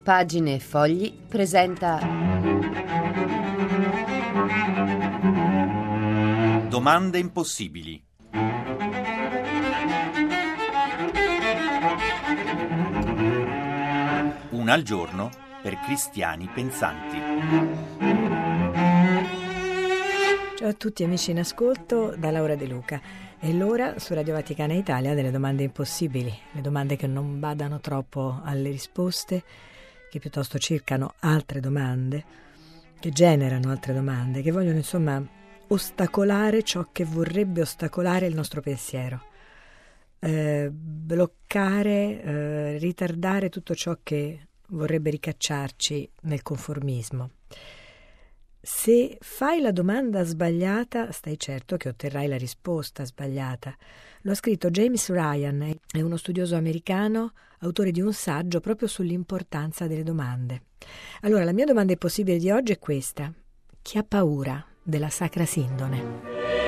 Pagine e Fogli presenta Domande impossibili. Una al giorno per cristiani pensanti. Ciao a tutti amici in ascolto da Laura De Luca. È l'ora su Radio Vaticana Italia delle domande impossibili, le domande che non badano troppo alle risposte, che piuttosto cercano altre domande, che generano altre domande, che vogliono insomma ostacolare ciò che vorrebbe ostacolare il nostro pensiero, bloccare, ritardare tutto ciò che vorrebbe ricacciarci nel conformismo. Se fai la domanda sbagliata, stai certo che otterrai la risposta sbagliata. Lo ha scritto James Ryan, è uno studioso americano, autore di un saggio proprio sull'importanza delle domande. Allora, la mia domanda impossibile di oggi è questa: chi ha paura della Sacra Sindone?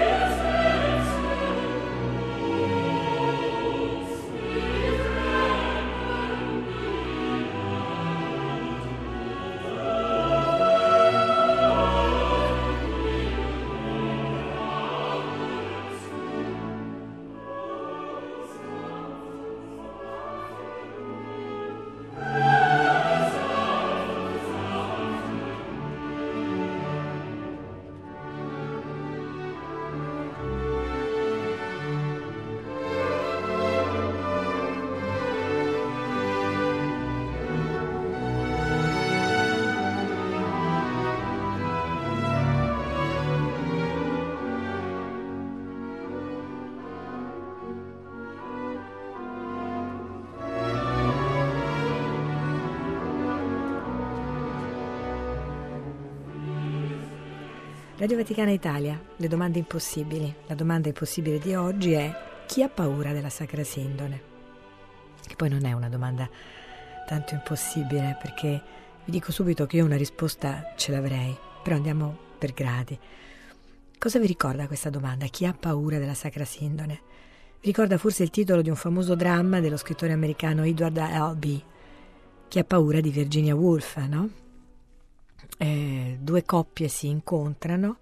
Radio Vaticana Italia, le domande impossibili. La domanda impossibile di oggi è: chi ha paura della Sacra Sindone? Che poi non è una domanda tanto impossibile, perché vi dico subito che io una risposta ce l'avrei, però andiamo per gradi. Cosa vi ricorda questa domanda? Chi ha paura della Sacra Sindone? Vi ricorda forse il titolo di un famoso dramma dello scrittore americano Edward Albee, Chi ha paura di Virginia Woolf, no? Due coppie si incontrano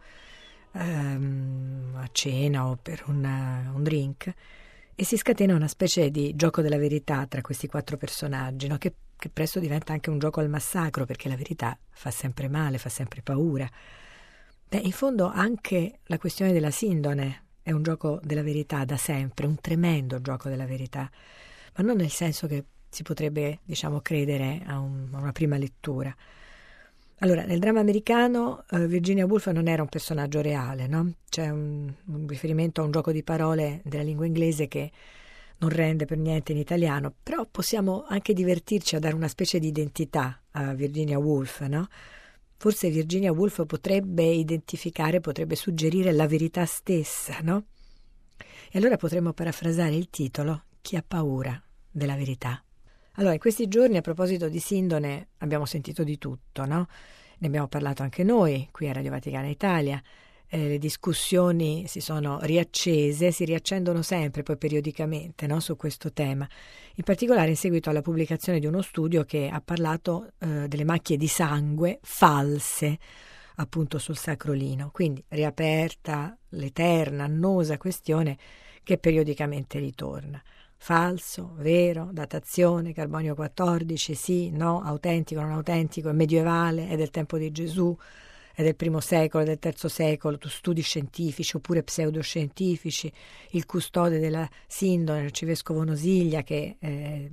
a cena o per un drink e si scatena una specie di gioco della verità tra questi quattro personaggi, no? che presto diventa anche un gioco al massacro, perché la verità fa sempre male, fa sempre paura. In fondo anche la questione della Sindone è un gioco della verità da sempre, un tremendo gioco della verità, ma non nel senso che si potrebbe, credere a una prima lettura. Allora, nel dramma americano Virginia Woolf non era un personaggio reale, no? C'è un riferimento a un gioco di parole della lingua inglese che non rende per niente in italiano, però possiamo anche divertirci a dare una specie di identità a Virginia Woolf, no? Forse Virginia Woolf potrebbe suggerire la verità stessa, no? E allora potremmo parafrasare il titolo: Chi ha paura della verità? Allora, in questi giorni, a proposito di Sindone, abbiamo sentito di tutto, no? Ne abbiamo parlato anche noi, qui a Radio Vaticana Italia. Le discussioni si sono riaccese, si riaccendono sempre, poi periodicamente, no? Su questo tema. In particolare in seguito alla pubblicazione di uno studio che ha parlato delle macchie di sangue false, appunto sul sacrolino. Quindi riaperta l'eterna, annosa questione che periodicamente ritorna. Falso, vero, datazione, carbonio 14, sì, no, autentico, non autentico, è medievale, è del tempo di Gesù, è del I secolo, è del III secolo, tu studi scientifici oppure pseudoscientifici, il custode della Sindone, l'arcivescovo Nosiglia, che è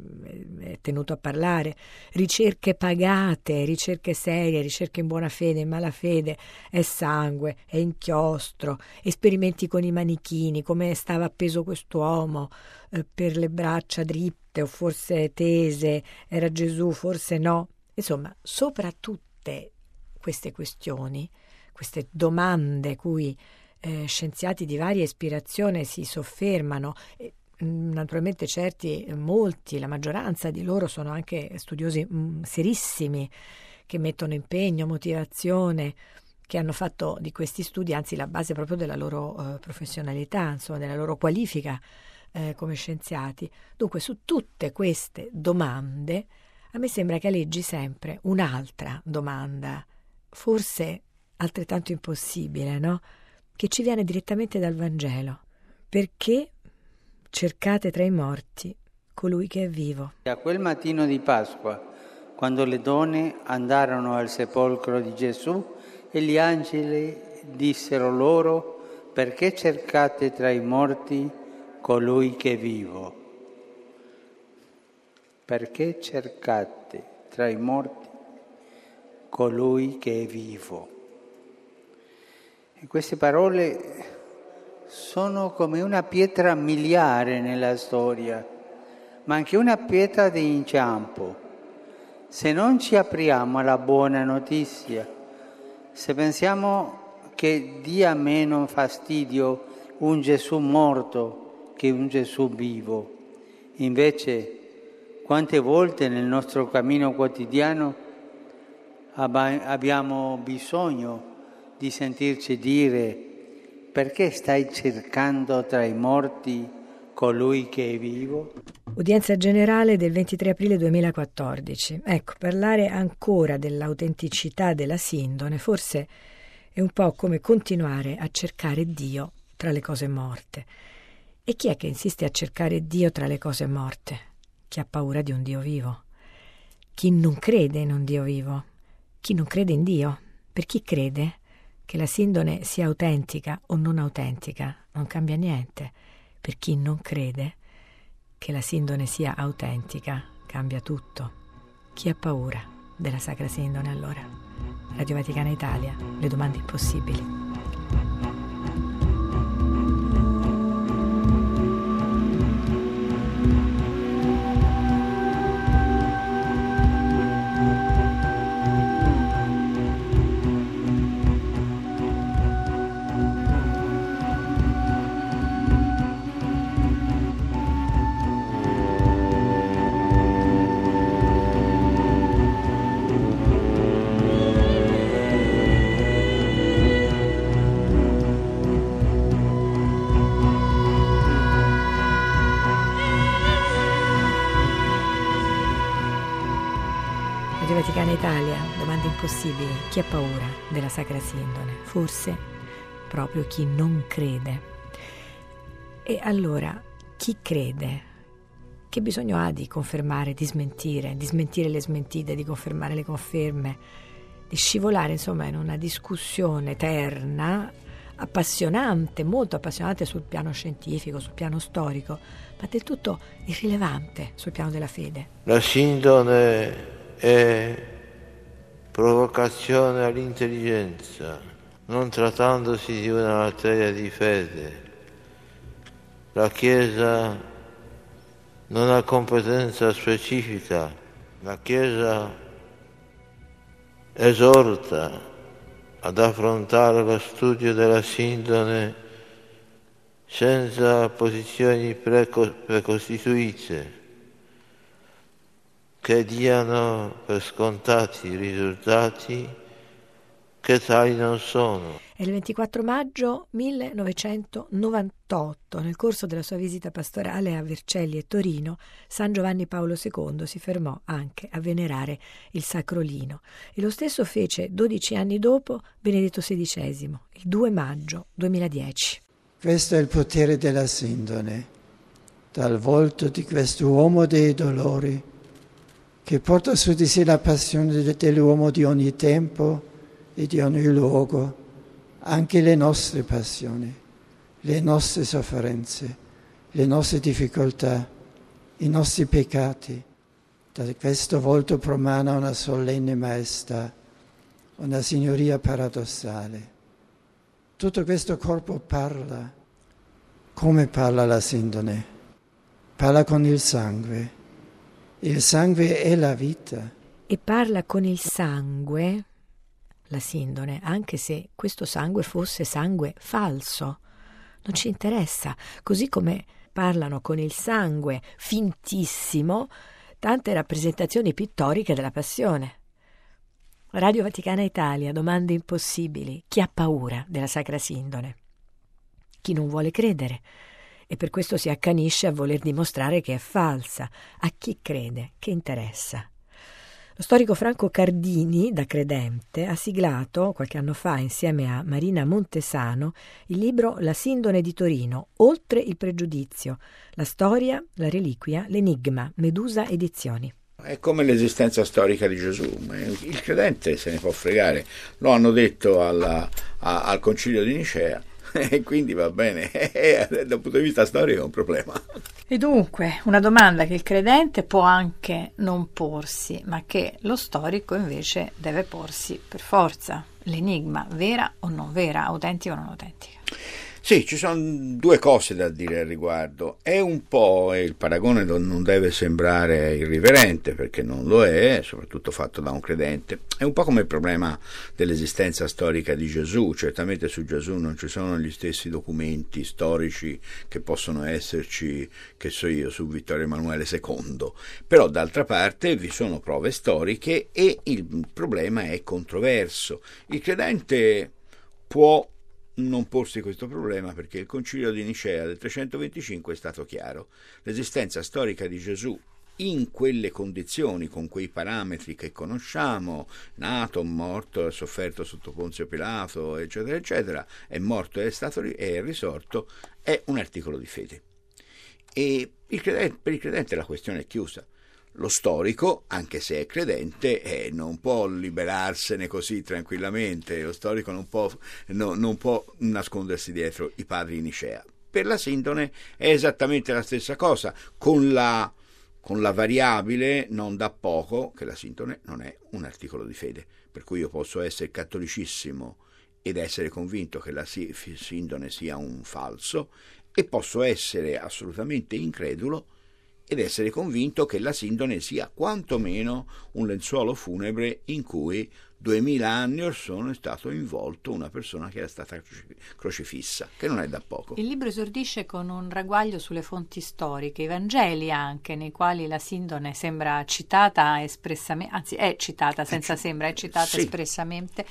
tenuto a parlare, ricerche pagate, ricerche serie, ricerche in buona fede, in malafede, è sangue, è inchiostro, esperimenti con i manichini, come stava appeso quest'uomo per le braccia dritte o forse tese, era Gesù, forse no. Insomma, sopra tutte queste questioni, queste domande cui scienziati di varia ispirazione si soffermano, naturalmente molti, la maggioranza di loro sono anche studiosi serissimi che mettono impegno, motivazione, che hanno fatto di questi studi anzi la base proprio della loro professionalità, insomma della loro qualifica come scienziati. Dunque su tutte queste domande A me sembra che aleggi sempre un'altra domanda, forse altrettanto impossibile, no? Che ci viene direttamente dal Vangelo. Perché cercate tra i morti colui che è vivo? A quel mattino di Pasqua, quando le donne andarono al sepolcro di Gesù e gli angeli dissero loro: perché cercate tra i morti colui che è vivo? Perché cercate tra i morti colui che è vivo? E queste parole sono come una pietra miliare nella storia, ma anche una pietra di inciampo. Se non ci apriamo alla buona notizia, se pensiamo che dia meno fastidio un Gesù morto che un Gesù vivo, invece quante volte nel nostro cammino quotidiano abbiamo bisogno di sentirci dire: perché stai cercando tra i morti colui che è vivo? Udienza generale del 23 aprile 2014. Ecco, parlare ancora dell'autenticità della sindone forse è un po' come continuare a cercare Dio tra le cose morte. E chi è che insiste a cercare Dio tra le cose morte? Chi ha paura di un Dio vivo? Chi non crede in un Dio vivo? Chi non crede in Dio? Per chi crede che la sindone sia autentica o non autentica non cambia niente. Per chi non crede che la sindone sia autentica cambia tutto. Chi ha paura della Sacra Sindone allora? Radio Vaticana Italia, le domande impossibili. Radio Vaticana Italia, domande impossibili. Chi ha paura della Sacra Sindone? Forse proprio chi non crede. E allora, chi crede? Che bisogno ha di confermare, di smentire le smentite, di confermare le conferme, di scivolare insomma in una discussione eterna, appassionante, molto appassionante sul piano scientifico, sul piano storico, ma del tutto irrilevante sul piano della fede? La sindone è provocazione all'intelligenza, non trattandosi di una materia di fede. La Chiesa non ha competenza specifica, la Chiesa esorta ad affrontare lo studio della sindone senza posizioni precostituite che diano per scontati i risultati che tali non sono. È il 24 maggio 1998, nel corso della sua visita pastorale a Vercelli e Torino, San Giovanni Paolo II si fermò anche a venerare il Sacro Lino. E lo stesso fece 12 anni dopo Benedetto XVI, il 2 maggio 2010. Questo è il potere della sindone, dal volto di quest'uomo dei dolori, che porta su di sé la passione dell'uomo di ogni tempo e di ogni luogo, anche le nostre passioni, le nostre sofferenze, le nostre difficoltà, i nostri peccati. Da questo volto promana una solenne maestà, una signoria paradossale. Tutto questo corpo parla. Come parla la sindone? Parla con il sangue. Il sangue è la vita. E parla con il sangue, la sindone, anche se questo sangue fosse sangue falso. Non ci interessa, così come parlano con il sangue fintissimo tante rappresentazioni pittoriche della Passione. Radio Vaticana Italia, domande impossibili. Chi ha paura della Sacra Sindone? Chi non vuole credere e per questo si accanisce a voler dimostrare che è falsa. A chi crede, che interessa? Lo storico Franco Cardini, da credente, ha siglato qualche anno fa, insieme a Marina Montesano, il libro La Sindone di Torino, Oltre il pregiudizio, la storia, la reliquia, l'enigma, Medusa Edizioni. È come l'esistenza storica di Gesù, il credente se ne può fregare, lo hanno detto al concilio di Nicea e quindi va bene, dal punto di vista storico è un problema. E dunque una domanda che il credente può anche non porsi, ma che lo storico invece deve porsi per forza: l'enigma, vera o non vera, autentica o non autentica. Sì, ci sono due cose da dire al riguardo. È un po', e il paragone non deve sembrare irriverente, perché non lo è, soprattutto fatto da un credente, è un po' come il problema dell'esistenza storica di Gesù. Certamente su Gesù non ci sono gli stessi documenti storici che possono esserci, che so io, su Vittorio Emanuele II, però d'altra parte vi sono prove storiche e il problema è controverso. Il credente può non porsi questo problema perché il concilio di Nicea del 325 è stato chiaro. L'esistenza storica di Gesù in quelle condizioni, con quei parametri che conosciamo, nato, morto, sofferto sotto Ponzio Pilato, eccetera, eccetera, è morto, è risorto, è un articolo di fede. E per il credente la questione è chiusa. Lo storico, anche se è credente, non può liberarsene così tranquillamente. Lo storico non può nascondersi dietro i padri di Nicea. Per la sindone è esattamente la stessa cosa, con la variabile non da poco che la sindone non è un articolo di fede, per cui io posso essere cattolicissimo ed essere convinto che la sindone sia un falso, e posso essere assolutamente incredulo ed essere convinto che la sindone sia quantomeno un lenzuolo funebre in cui 2000 anni or sono è stato involto una persona che era stata crocifissa, che non è da poco. Il libro esordisce con un ragguaglio sulle fonti storiche, i Vangeli anche, nei quali la sindone sembra citata espressamente, anzi è citata senza sembra, è citata sì, espressamente.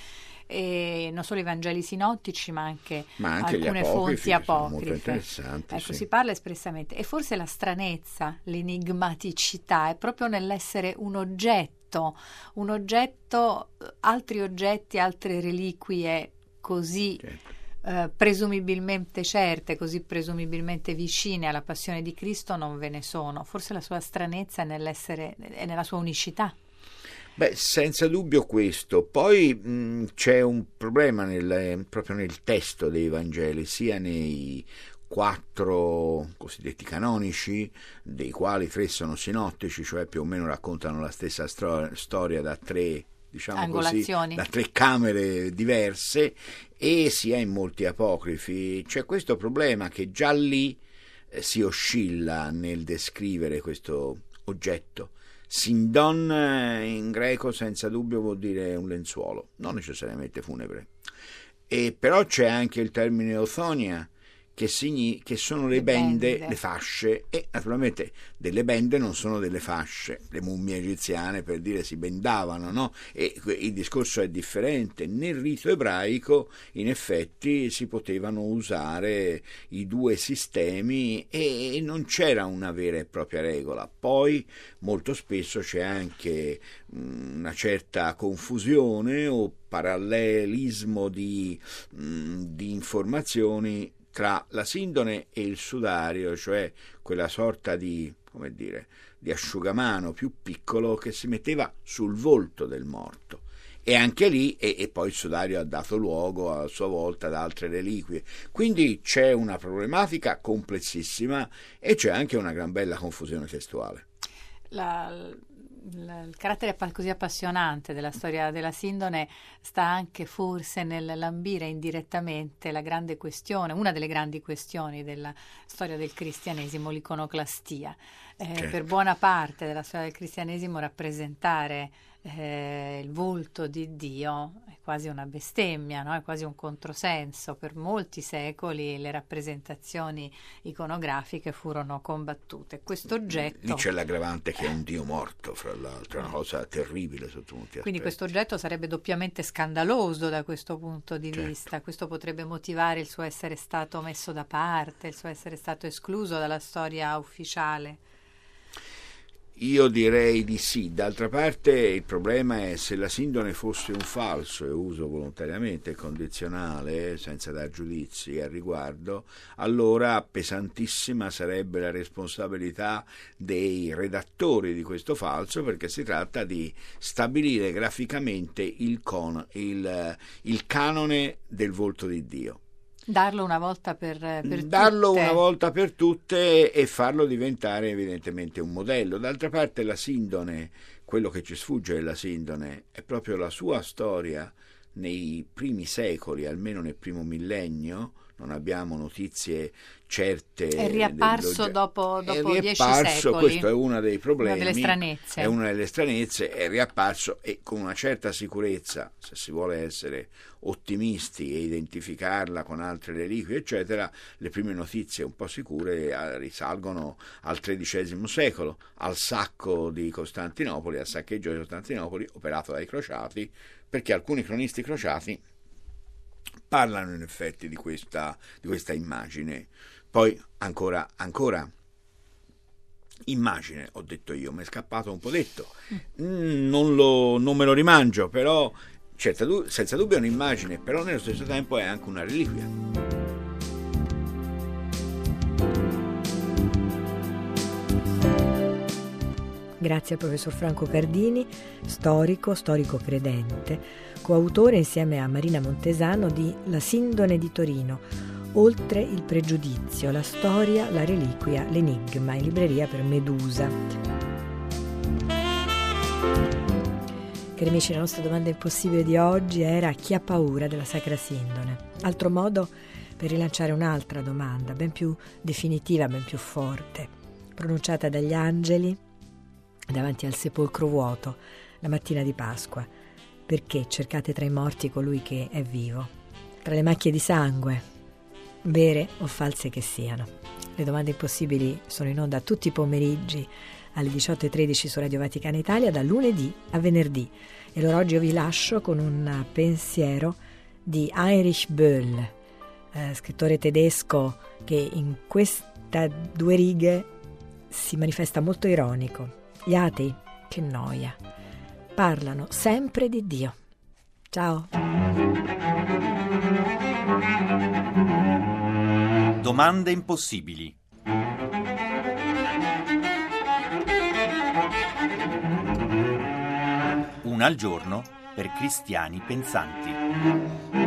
E non solo i Vangeli sinottici ma anche alcune fonti apocrife, molto interessanti. Ecco, sì. Si parla espressamente, e forse la stranezza, l'enigmaticità è proprio nell'essere un oggetto, altri oggetti, altre reliquie così presumibilmente certe, così presumibilmente vicine alla passione di Cristo non ve ne sono. Forse la sua stranezza è nella sua unicità. Beh, senza dubbio questo. Poi c'è un problema proprio nel testo dei Vangeli, sia nei 4 cosiddetti canonici, dei quali 3 sono sinottici, cioè più o meno raccontano la stessa storia da 3, diciamo così, da 3 camere diverse, e sia in molti apocrifi. C'è questo problema che già lì si oscilla nel descrivere questo oggetto. Sindon in greco senza dubbio vuol dire un lenzuolo, non necessariamente funebre. E però c'è anche il termine othonia, che sono le bende, le fasce, e naturalmente delle bende non sono delle fasce. Le mummie egiziane, per dire, si bendavano, no? E il discorso è differente. Nel rito ebraico in effetti si potevano usare i 2 sistemi e non c'era una vera e propria regola. Poi molto spesso c'è anche una certa confusione o parallelismo di informazioni tra la sindone e il sudario, cioè quella sorta di asciugamano più piccolo che si metteva sul volto del morto. E anche lì, e poi il sudario ha dato luogo a sua volta ad altre reliquie. Quindi c'è una problematica complessissima e c'è anche una gran bella confusione testuale. Il carattere così appassionante della storia della sindone sta anche forse nel lambire indirettamente la grande questione, una delle grandi questioni della storia del cristianesimo, l'iconoclastia. Certo. Per buona parte della storia del cristianesimo rappresentare il volto di Dio è quasi una bestemmia, no? È quasi un controsenso. Per molti secoli le rappresentazioni iconografiche furono combattute. Questo oggetto, lì c'è l'aggravante che è un Dio morto, fra l'altro, è una cosa terribile sotto molti aspetti. Quindi questo oggetto sarebbe doppiamente scandaloso da questo punto di vista. Questo potrebbe motivare il suo essere stato messo da parte, il suo essere stato escluso dalla storia ufficiale. Io direi di sì. D'altra parte il problema è se la sindone fosse un falso, e uso volontariamente il condizionale senza dar giudizi al riguardo, allora pesantissima sarebbe la responsabilità dei redattori di questo falso, perché si tratta di stabilire graficamente il canone del volto di Dio. Darlo una volta per darlo tutte. Una volta per tutte e farlo diventare evidentemente un modello. D'altra parte la sindone, quello che ci sfugge della sindone è proprio la sua storia nei primi secoli, almeno nel primo millennio. Non abbiamo notizie certe. È riapparso dopo 10 secoli. Questo è uno dei problemi. Una delle stranezze. È una delle stranezze, è riapparso, e con una certa sicurezza, se si vuole essere ottimisti e identificarla con altre reliquie, eccetera, le prime notizie un po' sicure risalgono al XIII secolo, al sacco di Costantinopoli, al saccheggio di Costantinopoli operato dai crociati, perché alcuni cronisti crociati parlano in effetti di questa immagine. Poi ancora immagine, ho detto io, mi è scappato un po' detto, non me lo rimangio, però senza dubbio è un'immagine, però nello stesso tempo è anche una reliquia. Grazie al professor Franco Cardini, storico credente, coautore insieme a Marina Montesano di La Sindone di Torino, oltre il pregiudizio, la storia, la reliquia, l'enigma, in libreria per Medusa. Cari amici, la nostra domanda impossibile di oggi era: chi ha paura della Sacra Sindone? Altro modo per rilanciare un'altra domanda, ben più definitiva, ben più forte, pronunciata dagli angeli davanti al sepolcro vuoto la mattina di Pasqua. Perché cercate tra i morti colui che è vivo? Tra le macchie di sangue, vere o false che siano. Le domande impossibili sono in onda tutti i pomeriggi alle 18:13 su Radio Vaticana Italia, da lunedì a venerdì. E l'orologio vi lascio con un pensiero di Heinrich Böll, scrittore tedesco che in queste 2 righe si manifesta molto ironico. Gli atei, che noia, parlano sempre di Dio. Ciao. Domande impossibili. Una al giorno per cristiani pensanti.